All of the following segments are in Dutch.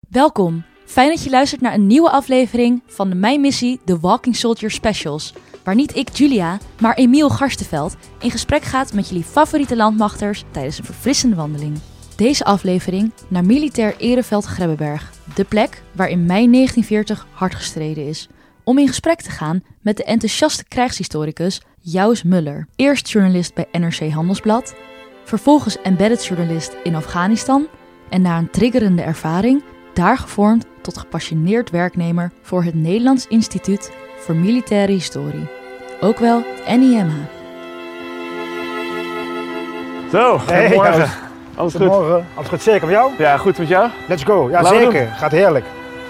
Welkom. Fijn dat je luistert naar een nieuwe aflevering van de Mijn Missie The Walking Soldier Specials. Waar niet ik, Julia, maar Emiel Garstenveld in gesprek gaat met jullie favoriete landmachters tijdens een verfrissende wandeling. Deze aflevering naar Militair Ereveld Grebbeberg. De plek waar in mei 1940 hard gestreden is. Om in gesprek te gaan met de enthousiaste krijgshistoricus Jous Muller. Eerst journalist bij NRC Handelsblad. Vervolgens embedded journalist in Afghanistan. En na een triggerende ervaring daar gevormd tot gepassioneerd werknemer voor het Nederlands Instituut voor Militaire Historie. Ook wel NIMH. Zo, goedemorgen. Alles goed? Goedemorgen. Alles goed, zeker met jou? Ja, goed met jou? Let's go. Ja, Laten we zeker. Gaat heerlijk.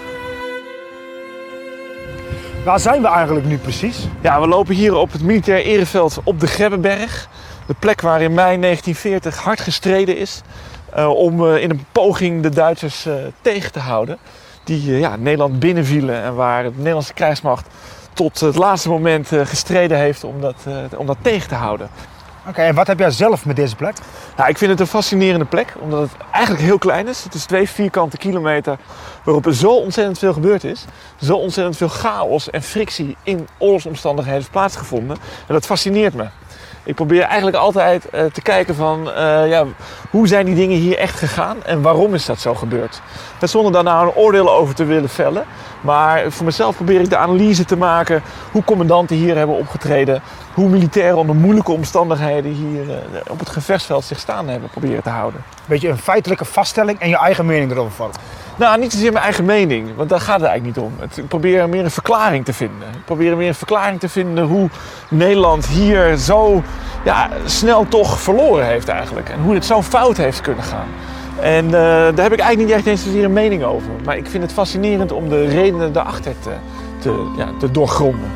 Waar zijn we eigenlijk nu precies? Ja, we lopen hier op het Militair Ereveld op de Grebbeberg. De plek waar in mei 1940 hard gestreden is. Om in een poging de Duitsers tegen te houden. Die Nederland binnenvielen en waar de Nederlandse krijgsmacht tot het laatste moment gestreden heeft om dat tegen te houden. Oké, en wat heb jij zelf met deze plek? Nou, ik vind het een fascinerende plek, omdat het eigenlijk heel klein is. Het is 2 vierkante kilometer waarop er zo ontzettend veel gebeurd is. Zo ontzettend veel chaos en frictie in oorlogsomstandigheden heeft plaatsgevonden. En dat fascineert me. Ik probeer eigenlijk altijd te kijken van hoe zijn die dingen hier echt gegaan en waarom is dat zo gebeurd. Zonder daar nou een oordeel over te willen vellen. Maar voor mezelf probeer ik de analyse te maken hoe commandanten hier hebben opgetreden. Hoe militairen onder moeilijke omstandigheden hier op het gevechtsveld zich staande hebben proberen te houden. Beetje een feitelijke vaststelling en je eigen mening erover vormen. Nou, niet zozeer mijn eigen mening, want daar gaat het eigenlijk niet om. Ik probeer meer een verklaring te vinden. Ik probeer meer een verklaring te vinden hoe Nederland hier zo snel toch verloren heeft eigenlijk. En hoe het zo fout heeft kunnen gaan. En daar heb ik eigenlijk niet echt eens zozeer een mening over. Maar ik vind het fascinerend om de redenen daarachter te doorgronden.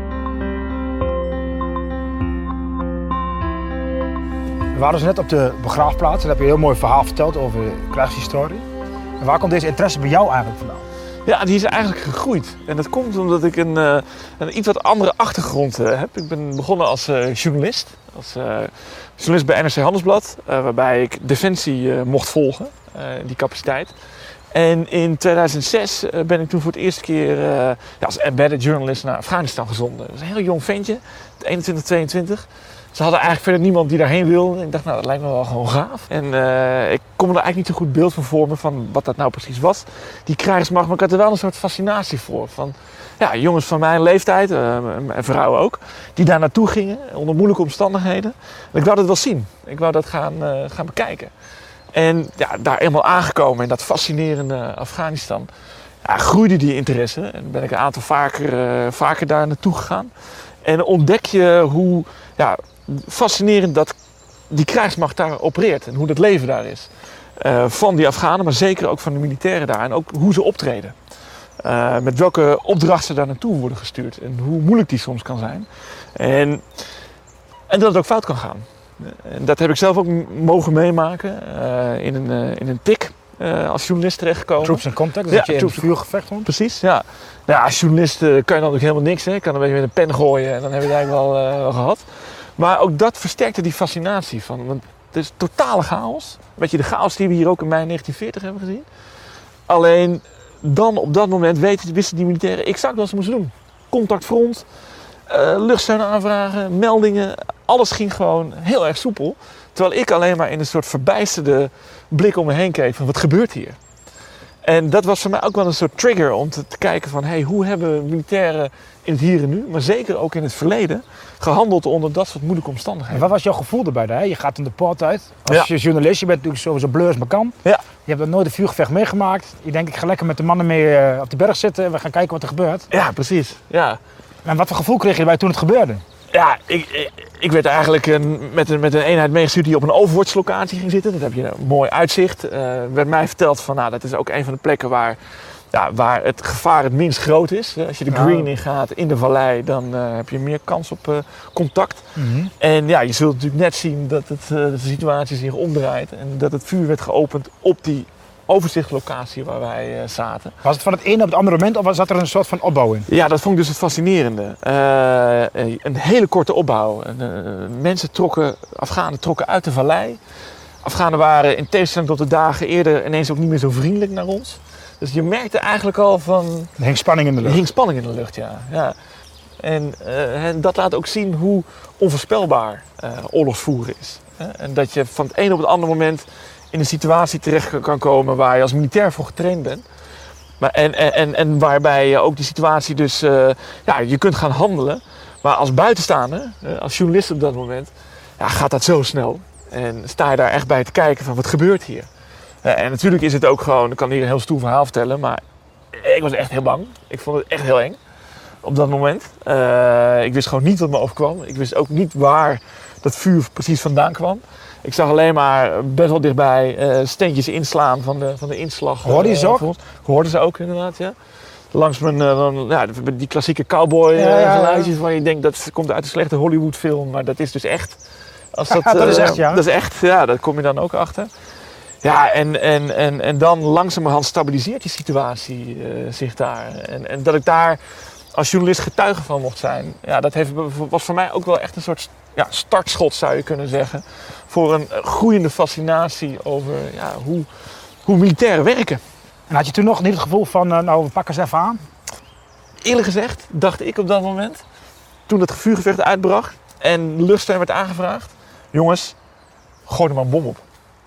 We waren dus net op de begraafplaats en heb je een heel mooi verhaal verteld over de krijgshistorie. En waar komt deze interesse bij jou eigenlijk vandaan? Ja, die is eigenlijk gegroeid. En dat komt omdat ik een iets wat andere achtergrond heb. Ik ben begonnen als journalist. Als journalist bij NRC Handelsblad. Waarbij ik Defensie mocht volgen. Die capaciteit. En in 2006 ben ik toen voor het eerste keer als embedded journalist naar Afghanistan gezonden. Dat was een heel jong ventje. 21, 22. Ze hadden eigenlijk verder niemand die daarheen wilde. Ik dacht, nou, dat lijkt me wel gewoon gaaf. En ik kon me er eigenlijk niet zo goed beeld van vormen van wat dat nou precies was. Die krijgsmacht, maar ik had er wel een soort fascinatie voor. Van jongens van mijn leeftijd, en vrouwen ook, die daar naartoe gingen onder moeilijke omstandigheden. En ik wou dat wel zien. Ik wou dat gaan bekijken. En daar eenmaal aangekomen in dat fascinerende Afghanistan, groeide die interesse. En ben ik een aantal vaker daar naartoe gegaan. En dan ontdek je hoe fascinerend dat die krijgsmacht daar opereert en hoe dat leven daar is. Van die Afghanen, maar zeker ook van de militairen daar en ook hoe ze optreden. Met welke opdrachten ze daar naartoe worden gestuurd en hoe moeilijk die soms kan zijn. En dat het ook fout kan gaan. En dat heb ik zelf ook mogen meemaken in een TIC als journalist terechtgekomen. Troops in contact, dus dat je in het vuurgevecht komt? Precies, ja. Nou, als journalist kan je dan ook helemaal niks. Hè. Je kan een beetje met een pen gooien en dan heb je het eigenlijk wel gehad. Maar ook dat versterkte die fascinatie van. Want het is totale chaos. Weet je, de chaos die we hier ook in mei 1940 hebben gezien. Alleen dan op dat moment wisten die militairen exact wat ze moesten doen. Contactfront, luchtsteun aanvragen, meldingen. Alles ging gewoon heel erg soepel. Terwijl ik alleen maar in een soort verbijsterde blik om me heen keek van wat gebeurt hier. En dat was voor mij ook wel een soort trigger om te kijken van hoe hebben militairen in het hier en nu, maar zeker ook in het verleden, gehandeld onder dat soort moeilijke omstandigheden. En wat was jouw gevoel erbij? Hè? Je gaat in de poort uit. Als je journalist, je bent natuurlijk sowieso bleu als maar kan. Ja. Je hebt nooit een vuurgevecht meegemaakt. Je denkt, ik ga lekker met de mannen mee op de berg zitten en we gaan kijken wat er gebeurt. Ja, precies. Ja. En wat voor gevoel kreeg je erbij toen het gebeurde? Ja, ik werd eigenlijk met een eenheid meegestuurd die op een overwatchlocatie ging zitten. Dat heb je een mooi uitzicht. Werd mij verteld van, dat is ook een van de plekken waar het gevaar het minst groot is. Als je de green in gaat in de vallei, dan heb je meer kans op contact. Mm-hmm. En je zult natuurlijk net zien dat de situatie zich omdraait. En dat het vuur werd geopend op die overzichtslocatie waar wij zaten. Was het van het ene op het andere moment of zat er een soort van opbouw in? Ja, dat vond ik dus het fascinerende. Een hele korte opbouw. Afghanen trokken uit de vallei. Afghanen waren in tegenstelling tot de dagen eerder ineens ook niet meer zo vriendelijk naar ons. Dus je merkte eigenlijk al van... Er hing spanning in de Er lucht. hing spanning in de lucht, ja. En dat laat ook zien hoe onvoorspelbaar oorlogsvoeren is. En dat je van het een op het andere moment in een situatie terecht kan komen waar je als militair voor getraind bent. Maar en waarbij je ook die situatie dus, je kunt gaan handelen. Maar als buitenstaander, als journalist op dat moment, gaat dat zo snel. En sta je daar echt bij te kijken van wat gebeurt hier? En natuurlijk is het ook gewoon, ik kan hier een heel stoer verhaal vertellen, maar ik was echt heel bang. Ik vond het echt heel eng op dat moment. Ik wist gewoon niet wat me overkwam. Ik wist ook niet waar dat vuur precies vandaan kwam. Ik zag alleen maar best wel dichtbij steentjes inslaan van de inslag. Hoorde je ze ook? Hoorden ze ook inderdaad, ja. Langs die klassieke cowboy geluidjes waar je denkt dat komt uit een slechte Hollywood film, maar dat is dus echt. Dat is echt, ja. Dat is echt, ja, daar kom je dan ook achter. Ja, en dan langzamerhand stabiliseert die situatie zich daar. En dat ik daar als journalist getuige van mocht zijn, was voor mij ook wel echt een soort startschot, zou je kunnen zeggen, voor een groeiende fascinatie over hoe militairen werken. En had je toen nog niet het gevoel van, we pakken ze even aan? Eerlijk gezegd dacht ik op dat moment, toen het vuurgevecht uitbrak en de luchtsteun werd aangevraagd, jongens, gooi er maar een bom op.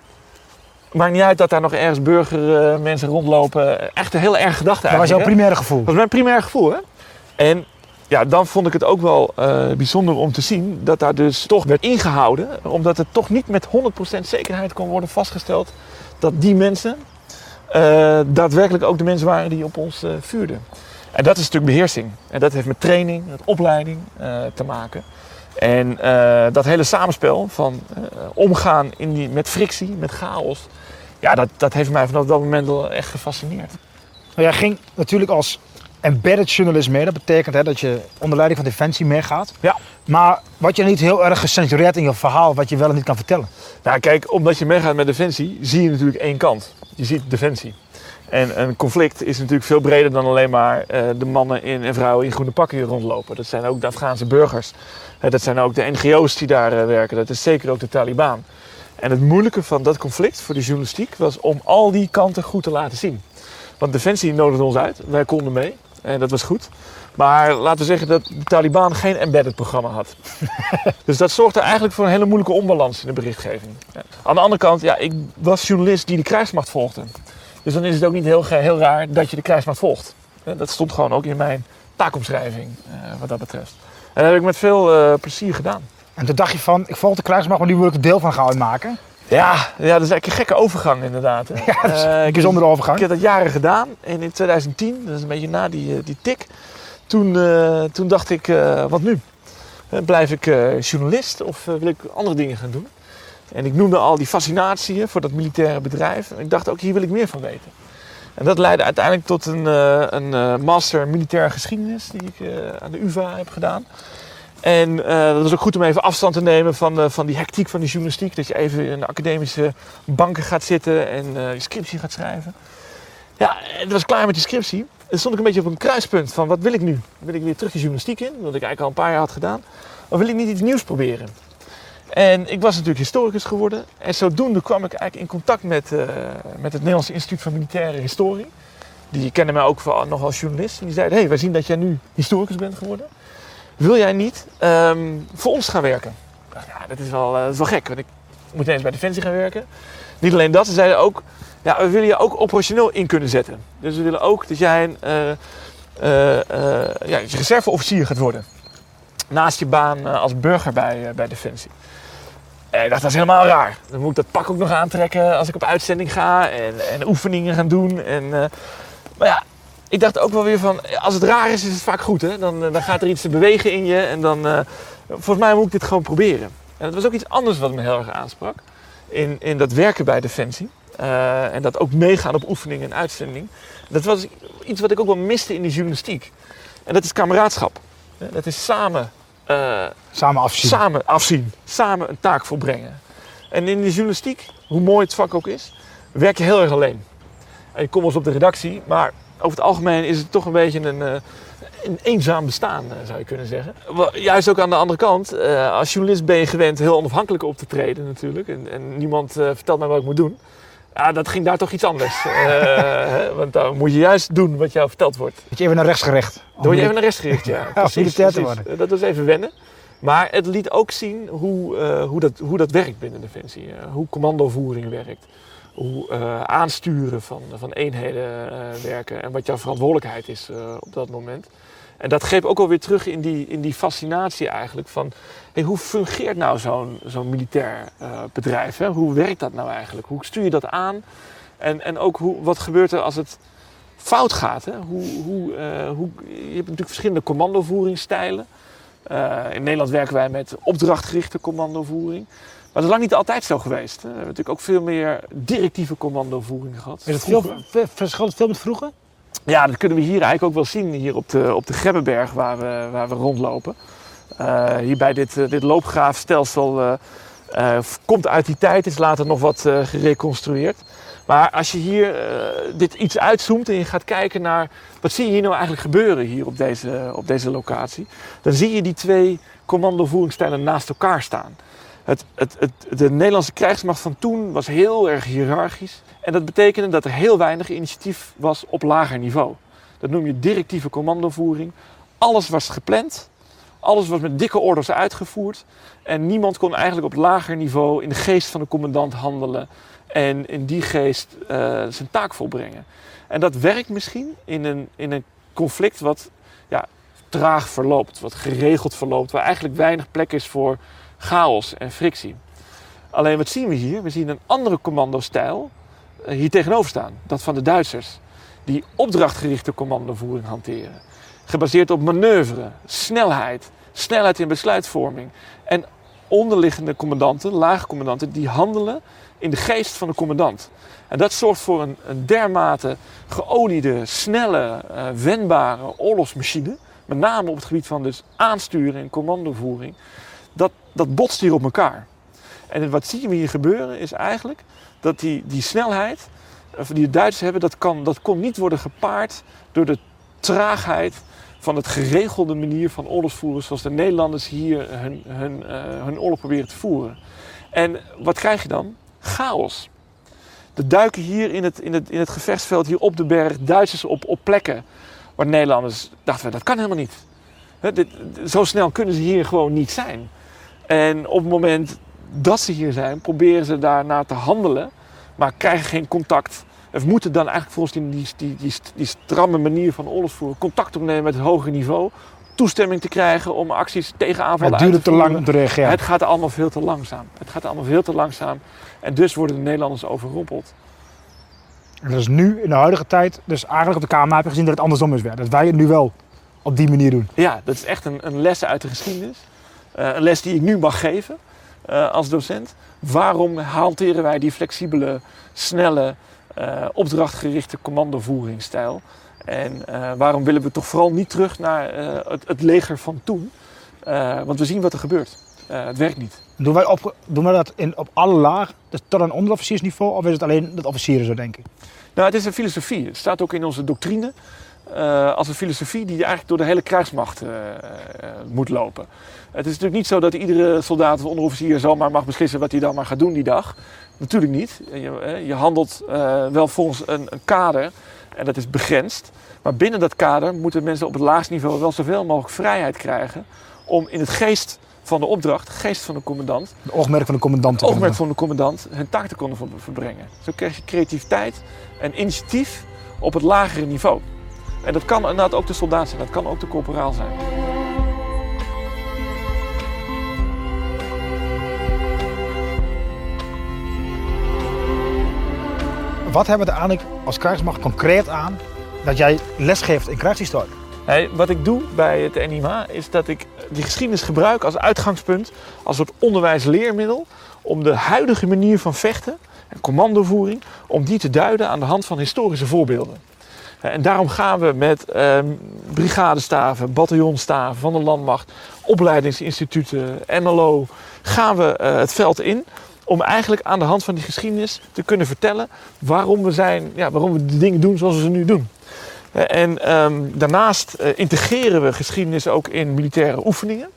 Maakt niet uit dat daar nog ergens burgermensen rondlopen. Echt een heel erg gedachte Dat was jouw primaire gevoel? Dat was mijn primaire gevoel, hè. En ja, dan vond ik het ook wel bijzonder om te zien dat daar dus toch werd ingehouden. Omdat het toch niet met 100% zekerheid kon worden vastgesteld dat die mensen daadwerkelijk ook de mensen waren die op ons vuurden. En dat is natuurlijk beheersing. En dat heeft met training, met opleiding te maken. En dat hele samenspel van omgaan met frictie, met chaos, dat heeft mij vanaf dat moment wel echt gefascineerd. Nou, jij ging natuurlijk als embedded journalist mee. Dat betekent dat je onder leiding van Defensie meegaat. Ja. Maar wat je niet heel erg gecensureerd in je verhaal, wat je wel en niet kan vertellen. Nou kijk, omdat je meegaat met Defensie, zie je natuurlijk één kant. Je ziet Defensie. En een conflict is natuurlijk veel breder dan alleen maar de mannen en vrouwen in groene pakken hier rondlopen. Dat zijn ook de Afghaanse burgers. Dat zijn ook de NGO's die daar werken. Dat is zeker ook de Taliban. En het moeilijke van dat conflict voor de journalistiek was om al die kanten goed te laten zien. Want Defensie nodigde ons uit. Wij konden mee. En dat was goed. Maar laten we zeggen dat de Taliban geen embedded programma had. Dus dat zorgde eigenlijk voor een hele moeilijke onbalans in de berichtgeving. Ja. Aan de andere kant, ik was journalist die de krijgsmacht volgde. Dus dan is het ook niet heel raar dat je de krijgsmacht volgt. Dat stond gewoon ook in mijn taakomschrijving wat dat betreft. En dat heb ik met veel plezier gedaan. En toen dacht je van, ik volg de krijgsmacht, maar nu wil ik er deel van gaan uitmaken. Ja, dat is eigenlijk een gekke overgang inderdaad. Hè. Ja, dat is een bijzondere overgang. Ik heb dat jaren gedaan en in 2010, dat is een beetje na die tik, toen dacht ik, wat nu? Blijf ik journalist of wil ik andere dingen gaan doen? En ik noemde al die fascinatie voor dat militaire bedrijf. En ik dacht ook, hier wil ik meer van weten. En dat leidde uiteindelijk tot een master militaire geschiedenis die ik aan de UvA heb gedaan. En dat was ook goed om even afstand te nemen van die hectiek van die journalistiek. Dat je even in de academische banken gaat zitten en je scriptie gaat schrijven. Ja, en het was klaar met die scriptie. En stond ik een beetje op een kruispunt van wat wil ik nu? Wil ik weer terug de journalistiek in, wat ik eigenlijk al een paar jaar had gedaan? Of wil ik niet iets nieuws proberen? En ik was natuurlijk historicus geworden. En zodoende kwam ik eigenlijk in contact met het Nederlandse Instituut van Militaire Historie. Die kenden mij ook nog als journalist. En die zeiden, hey, wij zien dat jij nu historicus bent geworden. Wil jij niet voor ons gaan werken? Ja, dat is wel gek, want ik moet ineens bij Defensie gaan werken. Niet alleen dat, ze zeiden ook, we willen je ook operationeel in kunnen zetten. Dus we willen ook dat jij je reserveofficier gaat worden. Naast je baan als burger bij Defensie. En ik dacht, dat is helemaal raar. Dan moet ik dat pak ook nog aantrekken als ik op uitzending ga en oefeningen gaan doen. Maar ja, ik dacht ook wel weer van, als het raar is het vaak goed. Hè? Dan gaat er iets te bewegen in je en dan, volgens mij moet ik dit gewoon proberen. En dat was ook iets anders wat me heel erg aansprak. In dat werken bij Defensie. En dat ook meegaan op oefeningen en uitzending. Dat was iets wat ik ook wel miste in de journalistiek. En dat is kameraadschap. Dat is samen afzien. Samen een taak volbrengen. En in de journalistiek, hoe mooi het vak ook is, werk je heel erg alleen. En je komt wel eens op de redactie, maar over het algemeen is het toch een beetje een eenzaam bestaan, zou je kunnen zeggen. Juist ook aan de andere kant, als journalist ben je gewend heel onafhankelijk op te treden natuurlijk. En niemand vertelt mij wat ik moet doen. Ja, dat ging daar toch iets anders. Want dan moet je juist doen wat jou verteld wordt. Dat je even naar rechts gericht. Dan word je even naar rechts gericht, ja. Als militair te worden. Dat was even wennen. Maar het liet ook zien hoe dat werkt binnen Defensie. Hoe commandovoering werkt. Hoe aansturen van eenheden werken. En wat jouw verantwoordelijkheid is op dat moment. En dat greep ook alweer terug in die fascinatie eigenlijk van... Hey, hoe fungeert nou zo'n militair bedrijf? Hè? Hoe werkt dat nou eigenlijk? Hoe stuur je dat aan? En ook wat gebeurt er als het fout gaat? Hè? Je hebt natuurlijk verschillende commandovoeringsstijlen. In Nederland werken wij met opdrachtgerichte commandovoering. Maar dat is lang niet altijd zo geweest. We hebben natuurlijk ook veel meer directieve commandovoering gehad. Is het verschilt het veel met vroeger? Ja, dat kunnen we hier eigenlijk ook wel zien, hier op de Grebbeberg waar we rondlopen. Hier bij dit loopgraafstelsel komt uit die tijd, is later nog wat gereconstrueerd. Maar als je hier dit iets uitzoomt en je gaat kijken naar wat zie je hier nou eigenlijk gebeuren hier op deze locatie, dan zie je die twee commandovoeringsstijlen naast elkaar staan. De Nederlandse krijgsmacht van toen was heel erg hiërarchisch. En dat betekende dat er heel weinig initiatief was op lager niveau. Dat noem je directieve commandovoering. Alles was gepland. Alles was met dikke orders uitgevoerd. En niemand kon eigenlijk op lager niveau in de geest van de commandant handelen. En in die geest zijn taak volbrengen. En dat werkt misschien in een conflict wat traag verloopt. Wat geregeld verloopt. Waar eigenlijk weinig plek is voor chaos en frictie. Alleen wat zien we hier? We zien een andere commandostijl hier tegenover staan. Dat van de Duitsers. Die opdrachtgerichte commandovoering hanteren. Gebaseerd op manoeuvre, snelheid in besluitvorming. En onderliggende commandanten, lage commandanten, die handelen in de geest van de commandant. En dat zorgt voor een dermate geoliede, snelle, wendbare oorlogsmachine. Met name op het gebied van dus aansturen en commandovoering. Dat botst hier op elkaar. En wat zien we hier gebeuren is eigenlijk dat die snelheid die de Duitsers hebben, dat kon niet worden gepaard door de traagheid van het geregelde manier van oorlogsvoeren zoals de Nederlanders hier hun oorlog proberen te voeren. En wat krijg je dan? Chaos. Er duiken hier in het gevechtsveld hier op de berg Duitsers op plekken waar Nederlanders dachten, dat kan helemaal niet. Zo snel kunnen ze hier gewoon niet zijn. En op het moment dat ze hier zijn, proberen ze daarna te handelen, maar krijgen geen contact. Of moeten dan eigenlijk volgens die stramme manier van oorlogsvoeren contact opnemen met het hoger niveau. Toestemming te krijgen om acties tegen aanvallen uit te voeren. Het duurde te lang om te reageren. Het gaat allemaal veel te langzaam. En dus worden de Nederlanders overrompeld. En dat is nu, in de huidige tijd, dus eigenlijk op de KMA heb je gezien dat het andersom is weer. Dat wij het nu wel op die manier doen. Ja, dat is echt een les uit de geschiedenis. Een les die ik nu mag geven als docent. Waarom hanteren wij die flexibele, snelle, opdrachtgerichte commandovoeringsstijl? En waarom willen we toch vooral niet terug naar het leger van toen? Want we zien wat er gebeurt. Het werkt niet. Doen wij dat op alle lagen, dus tot een onderofficiersniveau, of is het alleen dat officieren zo denken? Nou, het is een filosofie. Het staat ook in onze doctrine als een filosofie die eigenlijk door de hele krijgsmacht moet lopen. Het is natuurlijk niet zo dat iedere soldaat of onderofficier zomaar mag beslissen wat hij dan maar gaat doen die dag. Natuurlijk niet. Je handelt wel volgens een kader en dat is begrensd. Maar binnen dat kader moeten mensen op het laagste niveau wel zoveel mogelijk vrijheid krijgen om in het geest van de opdracht, geest van de commandant, het oogmerk van de commandant, hun taak te kunnen verbrengen. Zo krijg je creativiteit en initiatief op het lagere niveau. En dat kan inderdaad ook de soldaat zijn, dat kan ook de corporaal zijn. Wat hebben we er eigenlijk als krijgsmacht concreet aan dat jij lesgeeft in krijgshistorie? Hey, wat ik doe bij het NIMA is dat ik die geschiedenis gebruik als uitgangspunt, als soort onderwijsleermiddel, om de huidige manier van vechten en commandovoering, om die te duiden aan de hand van historische voorbeelden. En daarom gaan we met brigadestaven, bataljonstaven van de landmacht, opleidingsinstituten, MLO, gaan we het veld in om eigenlijk aan de hand van die geschiedenis te kunnen vertellen waarom we de dingen doen zoals we ze nu doen. En daarnaast integreren we geschiedenis ook in militaire oefeningen.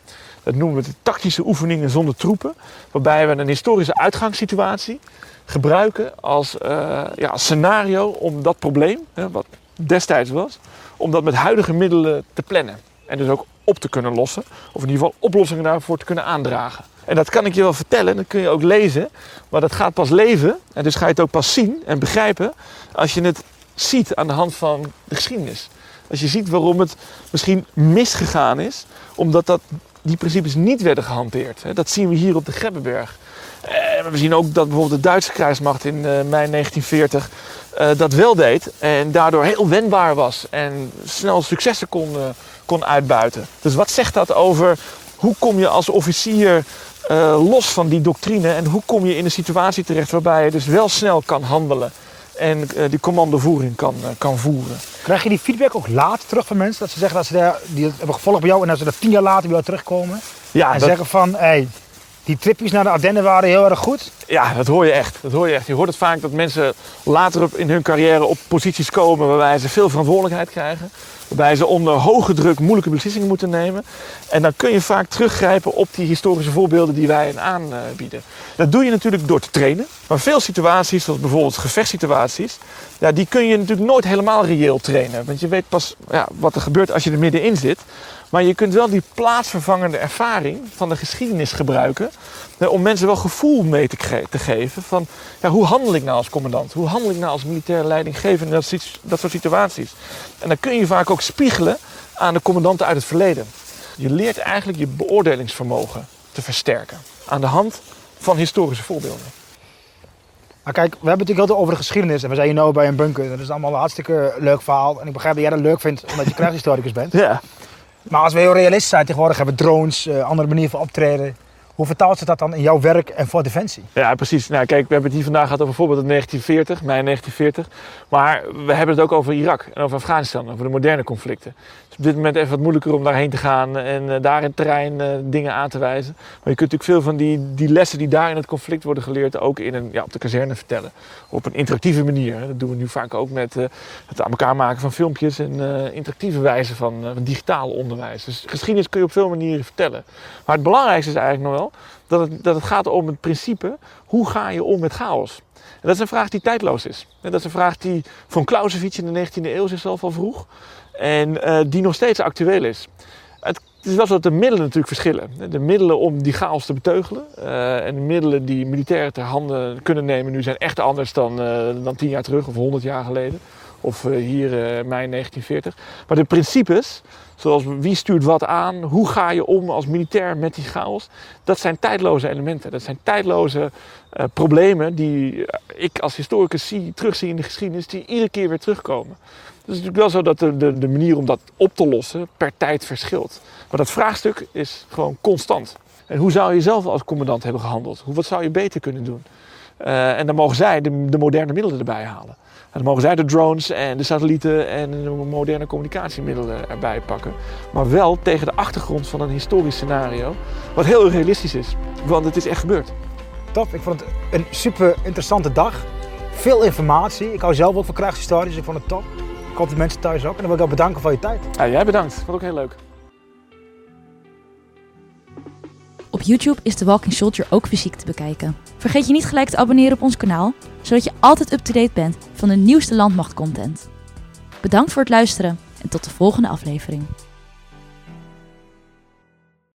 Dat noemen we de tactische oefeningen zonder troepen. Waarbij we een historische uitgangssituatie gebruiken als scenario om dat probleem, wat destijds was, om dat met huidige middelen te plannen. En dus ook op te kunnen lossen. Of in ieder geval oplossingen daarvoor te kunnen aandragen. En dat kan ik je wel vertellen, dat kun je ook lezen. Maar dat gaat pas leven, en dus ga je het ook pas zien en begrijpen als je het ziet aan de hand van de geschiedenis. Als je ziet waarom het misschien misgegaan is, omdat die principes niet werden gehanteerd. Dat zien we hier op de Grebbeberg. We zien ook dat bijvoorbeeld de Duitse krijgsmacht in mei 1940 dat wel deed. En daardoor heel wendbaar was en snel successen kon uitbuiten. Dus wat zegt dat over hoe kom je als officier los van die doctrine en hoe kom je in een situatie terecht waarbij je dus wel snel kan handelen en die commandovoering kan voeren. Krijg je die feedback ook later terug van mensen? Dat ze zeggen dat ze die hebben gevolgd bij jou en dat ze er 10 jaar later bij jou terugkomen? Ja, en zeggen van, die tripjes naar de Ardennen waren heel erg goed? Ja, dat hoor je echt. Je hoort het vaak dat mensen later in hun carrière op posities komen waarbij ze veel verantwoordelijkheid krijgen. Waarbij ze onder hoge druk moeilijke beslissingen moeten nemen. En dan kun je vaak teruggrijpen op die historische voorbeelden die wij aanbieden. Dat doe je natuurlijk door te trainen. Maar veel situaties, zoals bijvoorbeeld gevechtssituaties, die kun je natuurlijk nooit helemaal reëel trainen. Want je weet pas wat er gebeurt als je er middenin zit. Maar je kunt wel die plaatsvervangende ervaring van de geschiedenis gebruiken om mensen wel gevoel mee te geven van hoe handel ik nou als commandant? Hoe handel ik nou als militaire leidinggevende in dat soort situaties? En dan kun je vaak ook spiegelen aan de commandanten uit het verleden. Je leert eigenlijk je beoordelingsvermogen te versterken aan de hand van historische voorbeelden. Maar kijk, we hebben het natuurlijk altijd over de geschiedenis en we zijn hier nu bij een bunker. Dat is allemaal een hartstikke leuk verhaal en ik begrijp dat jij dat leuk vindt omdat je krijgshistoricus bent. Ja. Maar als we heel realistisch zijn, tegenwoordig hebben we drones, andere manieren van optreden. Hoe vertaalt zich dat dan in jouw werk en voor Defensie? Ja, precies. Nou, kijk, we hebben het hier vandaag gehad over bijvoorbeeld mei 1940. Maar we hebben het ook over Irak en over Afghanistan, over de moderne conflicten. Het is op dit moment even wat moeilijker om daarheen te gaan en daar in het terrein dingen aan te wijzen. Maar je kunt natuurlijk veel van die lessen die daar in het conflict worden geleerd ook op de kazerne vertellen. Op een interactieve manier. Dat doen we nu vaak ook met het aan elkaar maken van filmpjes en interactieve wijze van digitaal onderwijs. Dus geschiedenis kun je op veel manieren vertellen. Maar het belangrijkste is eigenlijk nog wel dat het gaat om het principe, hoe ga je om met chaos? En dat is een vraag die tijdloos is. En dat is een vraag die von Clausewitz in de 19e eeuw zichzelf al vroeg. En die nog steeds actueel is. Het is wel zo dat de middelen natuurlijk verschillen. De middelen om die chaos te beteugelen en de middelen die militairen ter handen kunnen nemen nu zijn echt anders dan 10 jaar terug of 100 jaar geleden. Of hier mei 1940. Maar de principes, zoals wie stuurt wat aan, hoe ga je om als militair met die chaos, dat zijn tijdloze elementen. Dat zijn tijdloze problemen die ik als historicus terugzie in de geschiedenis, die iedere keer weer terugkomen. Het is natuurlijk wel zo dat de manier om dat op te lossen per tijd verschilt. Maar dat vraagstuk is gewoon constant. En hoe zou je zelf als commandant hebben gehandeld? Wat zou je beter kunnen doen? En dan mogen zij de moderne middelen erbij halen. En dan mogen zij de drones en de satellieten en de moderne communicatiemiddelen erbij pakken. Maar wel tegen de achtergrond van een historisch scenario. Wat heel realistisch is, want het is echt gebeurd. Top, ik vond het een super interessante dag. Veel informatie. Ik hou zelf ook van krijgshistorie, dus ik vond het top. Ik hoop de mensen thuis ook. En dan wil ik jou bedanken voor je tijd. Ja, jij bedankt. Vond ik ook heel leuk. Op YouTube is The Walking Soldier ook fysiek te bekijken. Vergeet je niet gelijk te abonneren op ons kanaal, zodat je altijd up-to-date bent van de nieuwste landmachtcontent. Bedankt voor het luisteren en tot de volgende aflevering.